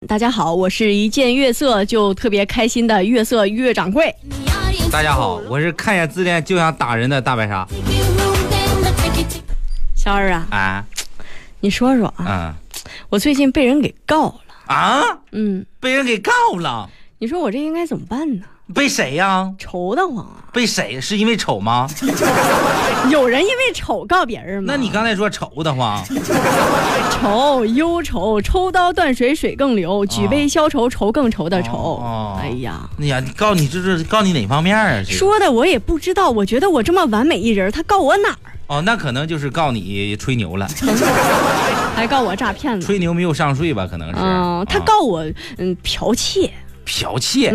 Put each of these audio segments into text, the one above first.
大家好，我是一见月色就特别开心的月色岳掌柜。 大家好，我是看见自恋就想打人的大白鲨。 小二啊， 啊， 你说说啊，我最近被人给告了啊，被人给告了， 你说我这应该怎么办呢？ 被谁呀？ 愁得慌啊！ 被谁？是因为丑吗？ 有人因为丑告别人吗？ 那你刚才说愁得慌， 愁忧愁，抽刀断水水更流，举杯消愁愁更愁的愁。哎呀， 哎呀，你告你这是告你哪方面啊？ 说的我也不知道，我觉得我这么完美一人，他告我哪儿？ 哦，那可能就是告你吹牛了， 还告我诈骗了。 吹牛没有上税吧？可能是。 他告我剽窃。 剽窃？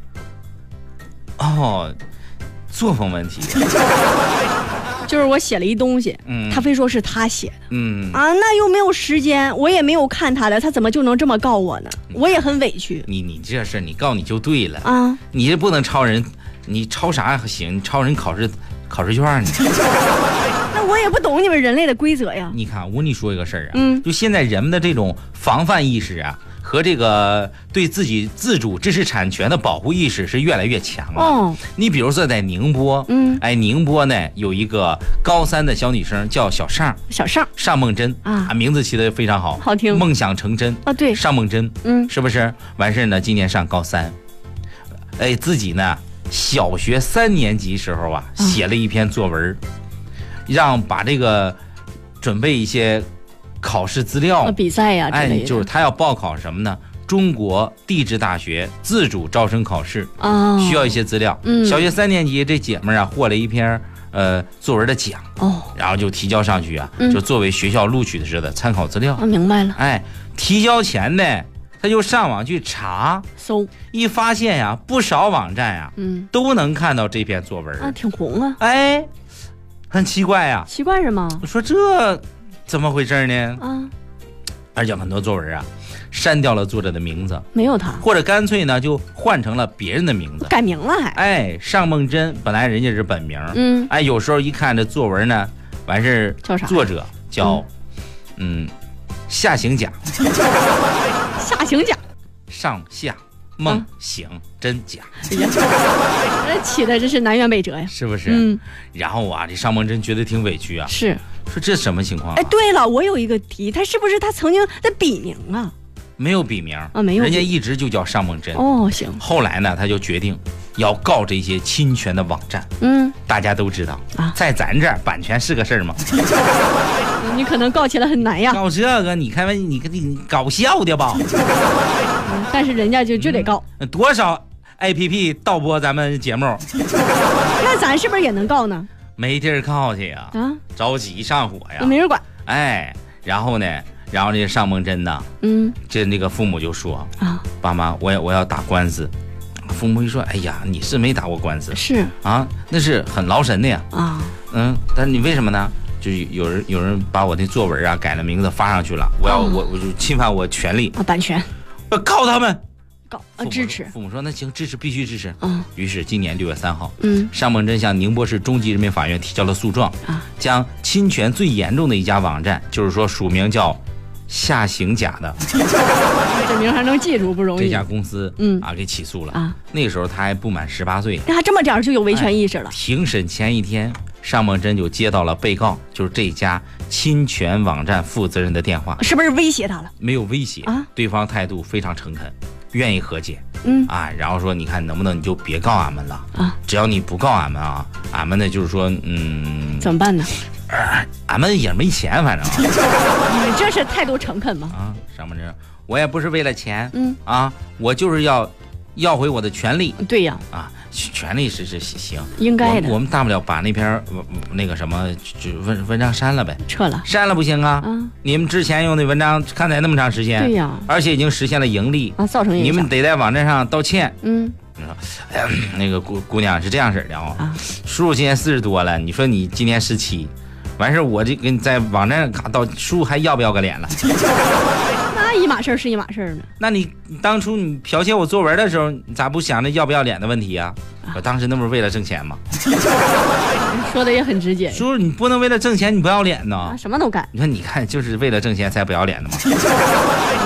哦，作风问题。 就是我写了一东西，他非说是他写的，那又没有时间，我也没有看他的，他怎么就能这么告我呢？我也很委屈。 你这事你告你就对了啊，你这不能抄人，你抄啥行？你抄人考试卷呢？ 那我也不懂你们人类的规则呀。 你看，我跟你说一个事儿啊，就现在人们的这种防范意识啊，和这个对自己自主知识产权的保护意识是越来越强了。你比如说在宁波，宁波呢有一个高3的小女生叫小尚，尚梦真啊，名字起得非常好， 好听， 梦想成真啊，对，尚梦真，是不是？完事呢，今年上高3，自己呢小学3年级时候啊，写了一篇作文，让把这个准备一些考试资料比赛呀之类的， 就是他要报考什么呢？中国地质大学自主招生考试需要一些资料。小学3年级这姐们儿啊，获了一篇作文的奖然后就提交上去啊，就作为学校录取的时候的参考资料。 明白了。 提交前呢，他就上网去查搜， 一发现呀，不少网站呀，都能看到这篇作文啊，挺红啊。 很奇怪呀。 奇怪什么？ 我说这怎么回事呢？而且很多作文啊，删掉了作者的名字， 没有他， 或者干脆呢就换成了别人的名字， 改名了还。 尚梦真本来人家是本名，有时候一看这作文呢，完事叫啥？ 作者叫夏行甲， 夏行甲， 上下梦醒真假。 哎呀，起的真是南辕北辙呀， 是不是？然后啊，这尚梦真觉得挺委屈啊， 是说这什么情况？ 对了，我有一个题，他是不是他曾经的笔名啊？ 没有笔名啊，没有， 人家一直就叫尚梦真。 行。 后来呢，他就决定要告这些侵权的网站。大家都知道在咱这儿版权是个事儿吗？ 你可能告起来很难呀。 告这个，你看你搞笑的吧？ 但是人家就得告。 多少 APP 盗播咱们节目？ 那咱是不是也能告呢？ 没地儿告去呀，着急上火呀， 没人管。 然后这尚梦真呢，那个父母就说爸妈，我要打官司。父母一说，哎呀，你是没打过官司， 是啊， 那是很劳神的呀，但是你为什么呢？就是有人把我的作文啊改了名字发上去了，我就侵犯我权利版权， 我告他们。 支持。 父母说那行，支持，必须支持。于是今年6月3号，尚梦真向宁波市中级人民法院提交了诉状将侵权最严重的一家网站，就是说署名叫夏行甲的， 这名还能记住不容易。 这家公司给起诉了那个时候他还不满18岁， 那他这么点就有维权意识了。 庭审前一天，尚梦真就接到了被告就是这家侵权网站负责人的电话， 是不是威胁他了？ 没有威胁对方态度非常诚恳，愿意和解。然后说你看能不能你就别告俺们了只要你不告俺们俺们呢就是说怎么办呢？ 俺们也没钱，反正你这是态度诚恳吗？ 尚梦真，我也不是为了钱我就是要回我的权利。 对呀权利是行， 应该的。 我们大不了把那篇那个什么就文章删了呗，删了不行你们之前用的文章刊载那么长时间， 对呀， 而且已经实现了盈利造成影响， 你们得在网站上道歉。你说那个姑娘是这样式的叔叔今年40多了，你说你今年17，完事我这给你在网站上到叔还要不要个脸了？ 那一码事是一码事呢。 那你当初你剽窃我作文的时候，你咋不想着要不要脸的问题啊？我当时那不是为了挣钱吗？ 说的也很直接。 叔叔，你不能为了挣钱你不要脸呢？ 什么都干。 你看，就是为了挣钱才不要脸的吗？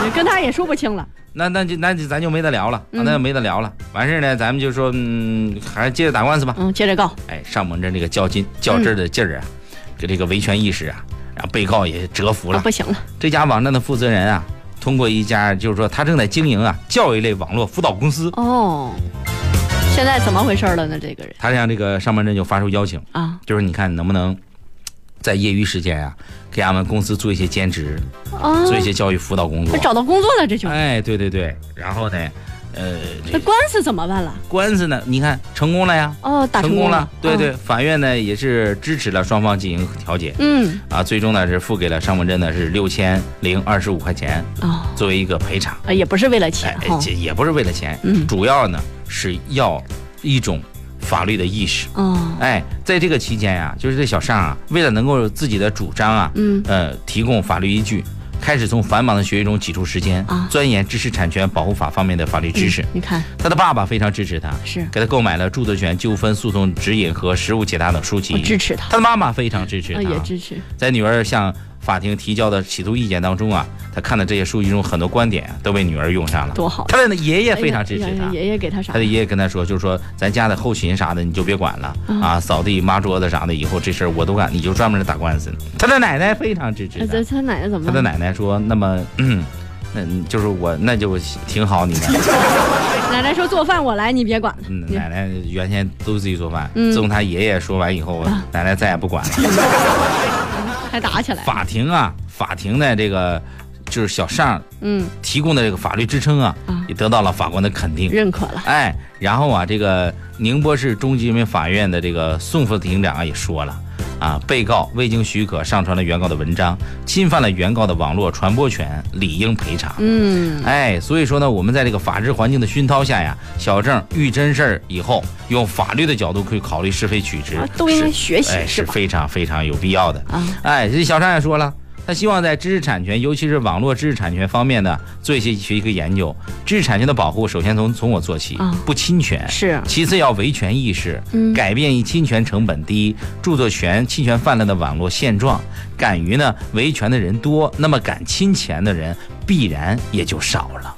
跟他也说不清了。 那咱就没得聊了，那就没得聊了。完事呢，咱们就说，还是接着打官司吧。 接着告。 哎，上蒙镇这个较劲的劲儿啊，这个维权意识啊，让被告也折服了。 不行了， 这家网站的负责人啊，通过一家就是说他正在经营教育类网络辅导公司。 现在怎么回事了呢？这个人他向这个上蒙镇就发出邀请就是你看能不能在业余时间给俺们公司做一些兼职，做一些教育辅导工作。 找到工作了，这就对。然后呢， 那官司怎么办了？ 官司呢，你看成功了呀。 打成功了。 对，法院呢也是支持了双方进行调解。最终呢是付给了上蒙镇呢是6025块钱作为一个赔偿。 也不是为了钱， 也不是为了钱，主要呢是要一种法律的意识。在这个期间就是这小尚为了能够自己的主张提供法律依据，开始从繁忙的学习中挤出时间钻研知识产权保护法方面的法律知识。 你看他的爸爸非常支持他， 是给他购买了著作权纠纷诉讼指引和实务解答等书籍。 支持他。 他的妈妈非常支持他， 也支持。 在女儿向法庭提交的起诉意见当中他看的这些书籍中很多观点都被女儿用上了， 多好。 他的爷爷非常支持他， 爷爷给他啥？ 他的爷爷跟他说，就是说咱家的后勤啥的你就别管了扫地抹桌子啥的以后这事儿我都干，你就专门打官司。他的奶奶非常支持他。 他奶奶怎么？ 他的奶奶说，那么那就是我那就挺好你们。 奶奶说做饭我来，你别管了。 奶奶原先都自己做饭，自从他爷爷说完以后奶奶再也不管了。 还打起来。 法庭的这个就是小尚提供的这个法律支撑也得到了法官的肯定认可了。 然后这个宁波市中级人民法院的这个宋副庭长也说了被告未经许可上传了原告的文章，侵犯了原告的网络传播权，理应赔偿。所以说呢，我们在这个法治环境的熏陶下小郑遇真事儿以后，用法律的角度去考虑是非曲直， 都应该学习， 是非常非常有必要的。这小尚也说了。他希望在知识产权，尤其是网络知识产权方面的做一个研究。知识产权的保护，首先从我做起，不侵权是； 其次要维权意识，改变以侵权成本低、著作权侵权泛滥的网络现状。敢于维权的人多，那么敢侵权的人必然也就少了。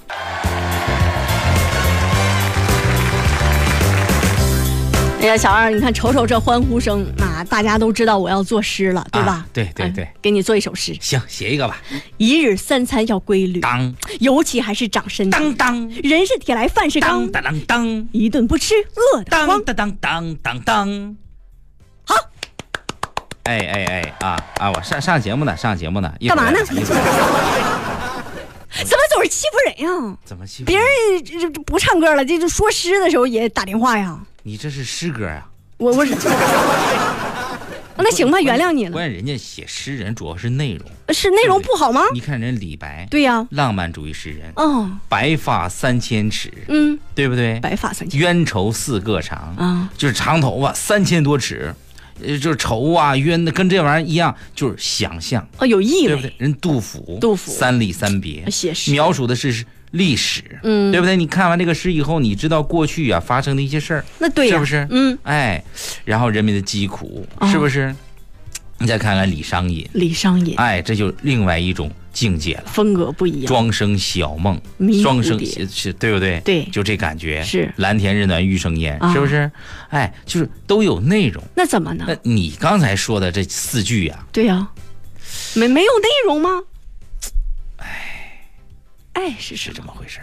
哎呀，小二，你看，瞅瞅这欢呼声大家都知道我要作诗了，对吧？ 对， 给你做一首诗。 行，写一个吧。 一日三餐要规律， 当， 尤其还是长身体。 当， 人是铁来饭是钢， 当， 一顿不吃饿得慌。 当。好。我上节目呢， 干嘛呢？怎么总是欺负人呀？ 怎么欺负？ 别人不唱歌了，这说诗的时候也打电话呀。 你这是诗歌呀？ 我是。那行吧，原谅你了。 关键人家写诗人主要是内容， 是内容不好吗？ 你看人李白， 对呀， 浪漫主义诗人，白发3000尺，对不对？ 白发3000， 冤愁4个长，就是长头发3000多尺。就是愁冤的，跟这玩意儿一样，就是想象有意味， 对不对？人杜甫三吏三别写诗， 描述的是历史，对不对？你看完这个诗以后，你知道过去发生的一些事儿， 那对呀， 是不是？然后人民的疾苦，是不是？你再看看李商隐，这就另外一种境界了， 风格不一样， 庄生晓梦，庄生是对不对？ 对， 就这感觉是蓝田日暖玉生烟，是不是？就是都有内容。 那怎么呢？ 那你刚才说的这4句对呀，没有内容吗？是这么回事。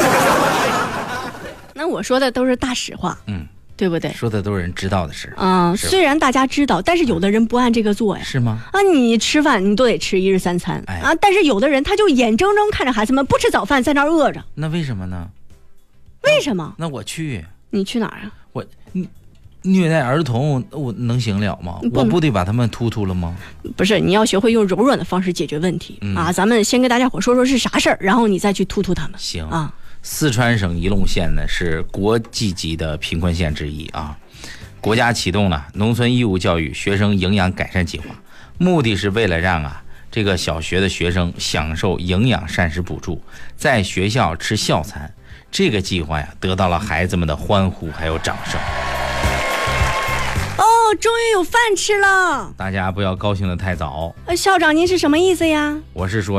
那我说的都是大实话，对不对？ 说的都是人知道的事。 虽然大家知道，但是有的人不按这个做呀。 是吗？ 你吃饭你都得吃1日3餐但是有的人他就眼睁睁看着孩子们不吃早饭在那儿饿着。 那为什么呢？ 为什么？ 那我去。 你去哪儿啊？ 我虐待儿童，我能行了吗？我不得把他们突了吗？ 不是，你要学会用柔软的方式解决问题咱们先跟大家伙说说是啥事儿，然后你再去突他们。 行四川省仪陇县呢是国际级的贫困县之一国家启动了农村义务教育学生营养改善计划，目的是为了让这个小学的学生享受营养膳食补助，在学校吃校餐。这个计划得到了孩子们的欢呼还有掌声。 终于有饭吃了， 大家不要高兴得太早。 校长您是什么意思呀？ 我是说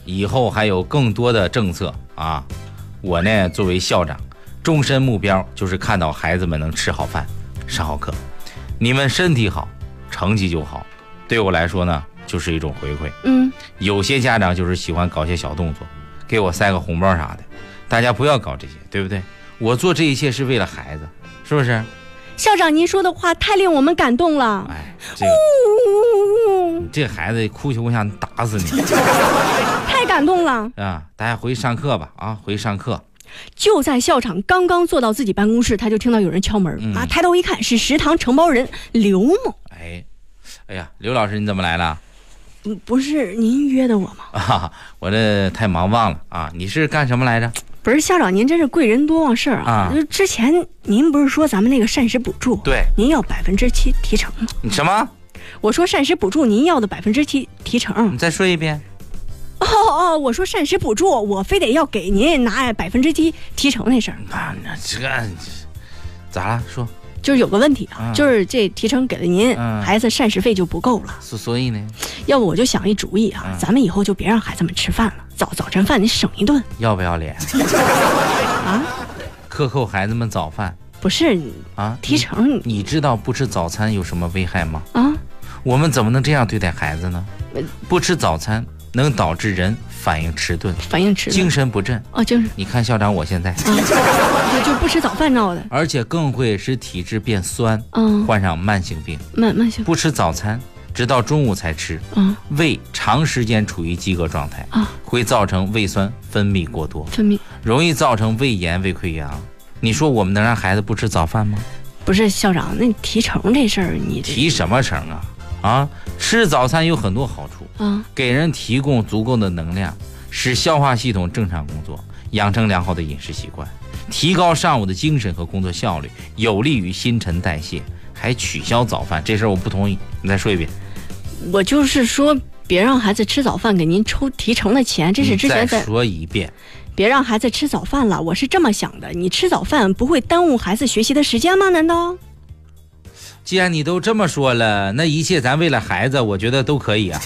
以后还有更多的政策啊。我呢，作为校长，终身目标就是看到孩子们能吃好饭、上好课。你们身体好，成绩就好，对我来说呢，就是一种回馈。有些家长就是喜欢搞些小动作，给我塞个红包啥的，大家不要搞这些，对不对？我做这一切是为了孩子，是不是？ 校长，您说的话太令我们感动了。 哎，你这孩子哭求我想打死你， 太感动了啊！大家回去上课吧，啊，回去上课。 就在校长刚刚坐到自己办公室，他就听到有人敲门啊，抬头一看是食堂承包人刘某。 哎呀，刘老师你怎么来了？ 不是您约的我吗？ 啊，我这太忙忘了啊。你是干什么来着？ 不是校长，您真是贵人多忘事啊！就之前您不是说咱们那个膳食补助， 对， 您要7%提成吗？ 你什么？ 我说膳食补助您要的7%提成。 你再说一遍。 我说膳食补助，我非得要给您拿7%提成那事儿。 啊，那这咋了？说。 就是有个问题啊，就是这提成给了您，孩子膳食费就不够了。 所以呢， 要不我就想一主意啊，咱们以后就别让孩子们吃饭了，早晨饭你省一顿。 要不要脸？啊？克扣孩子们早饭？ 不是啊，提成你知道不吃早餐有什么危害吗？ 啊， 我们怎么能这样对待孩子呢？不吃早餐能导致人反应迟钝，精神不振。 精神。 你看校长我现在就不吃早饭闹的， 而且更会使体质变酸，患上慢性病。 慢性。 不吃早餐，直到中午才吃，胃长时间处于饥饿状态，会造成胃酸分泌过多，容易造成胃炎、胃溃疡。你说我们能让孩子不吃早饭吗？ 不是校长，那提成这事儿你提什么成啊？啊，吃早餐有很多好处，给人提供足够的能量，使消化系统正常工作，养成良好的饮食习惯，提高上午的精神和工作效率，有利于新陈代谢。还取消早饭这事儿我不同意，你再说一遍。 我就是说别让孩子吃早饭，给您抽提成的钱，这是之前再说一遍。 别让孩子吃早饭了，我是这么想的，你吃早饭不会耽误孩子学习的时间吗？难道？ 既然你都这么说了，那一切咱为了孩子，我觉得都可以啊。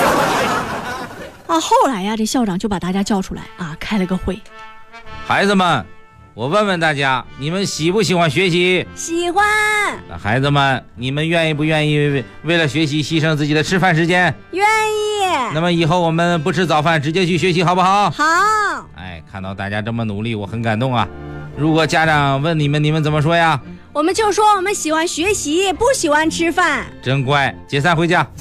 后来呀，这校长就把大家叫出来啊，开了个会。 孩子们，我问问大家，你们喜不喜欢学习？ 喜欢。 那孩子们，你们愿意不愿意为了学习牺牲自己的吃饭时间？ 愿意。 那么以后我们不吃早饭，直接去学习，好不好？ 好。 看到大家这么努力，我很感动啊。如果家长问你们，你们怎么说呀？ 我们就说我们喜欢学习，不喜欢吃饭。 真乖，解散回家。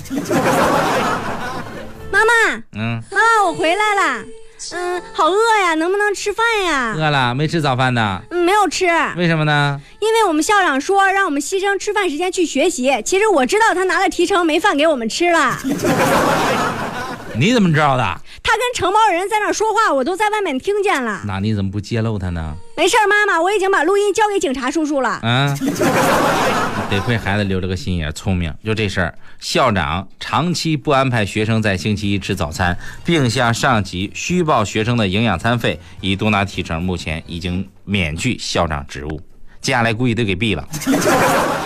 妈妈，我回来了。好饿呀，能不能吃饭呀？ 饿了，没吃早饭呢。 没有吃。 为什么呢？ 因为我们校长说让我们牺牲吃饭时间去学习。其实我知道他拿了提成没饭给我们吃了。 你怎么知道的？ 他跟承包人在那说话，我都在外面听见了。 那你怎么不揭露他呢？ 没事，妈妈，我已经把录音交给警察叔叔了。 得亏孩子留了个心眼，聪明。就这事儿，校长长期不安排学生在星期一吃早餐，并向上级虚报学生的营养餐费，以多拿提成，目前已经免去校长职务。接下来估计得给毙了。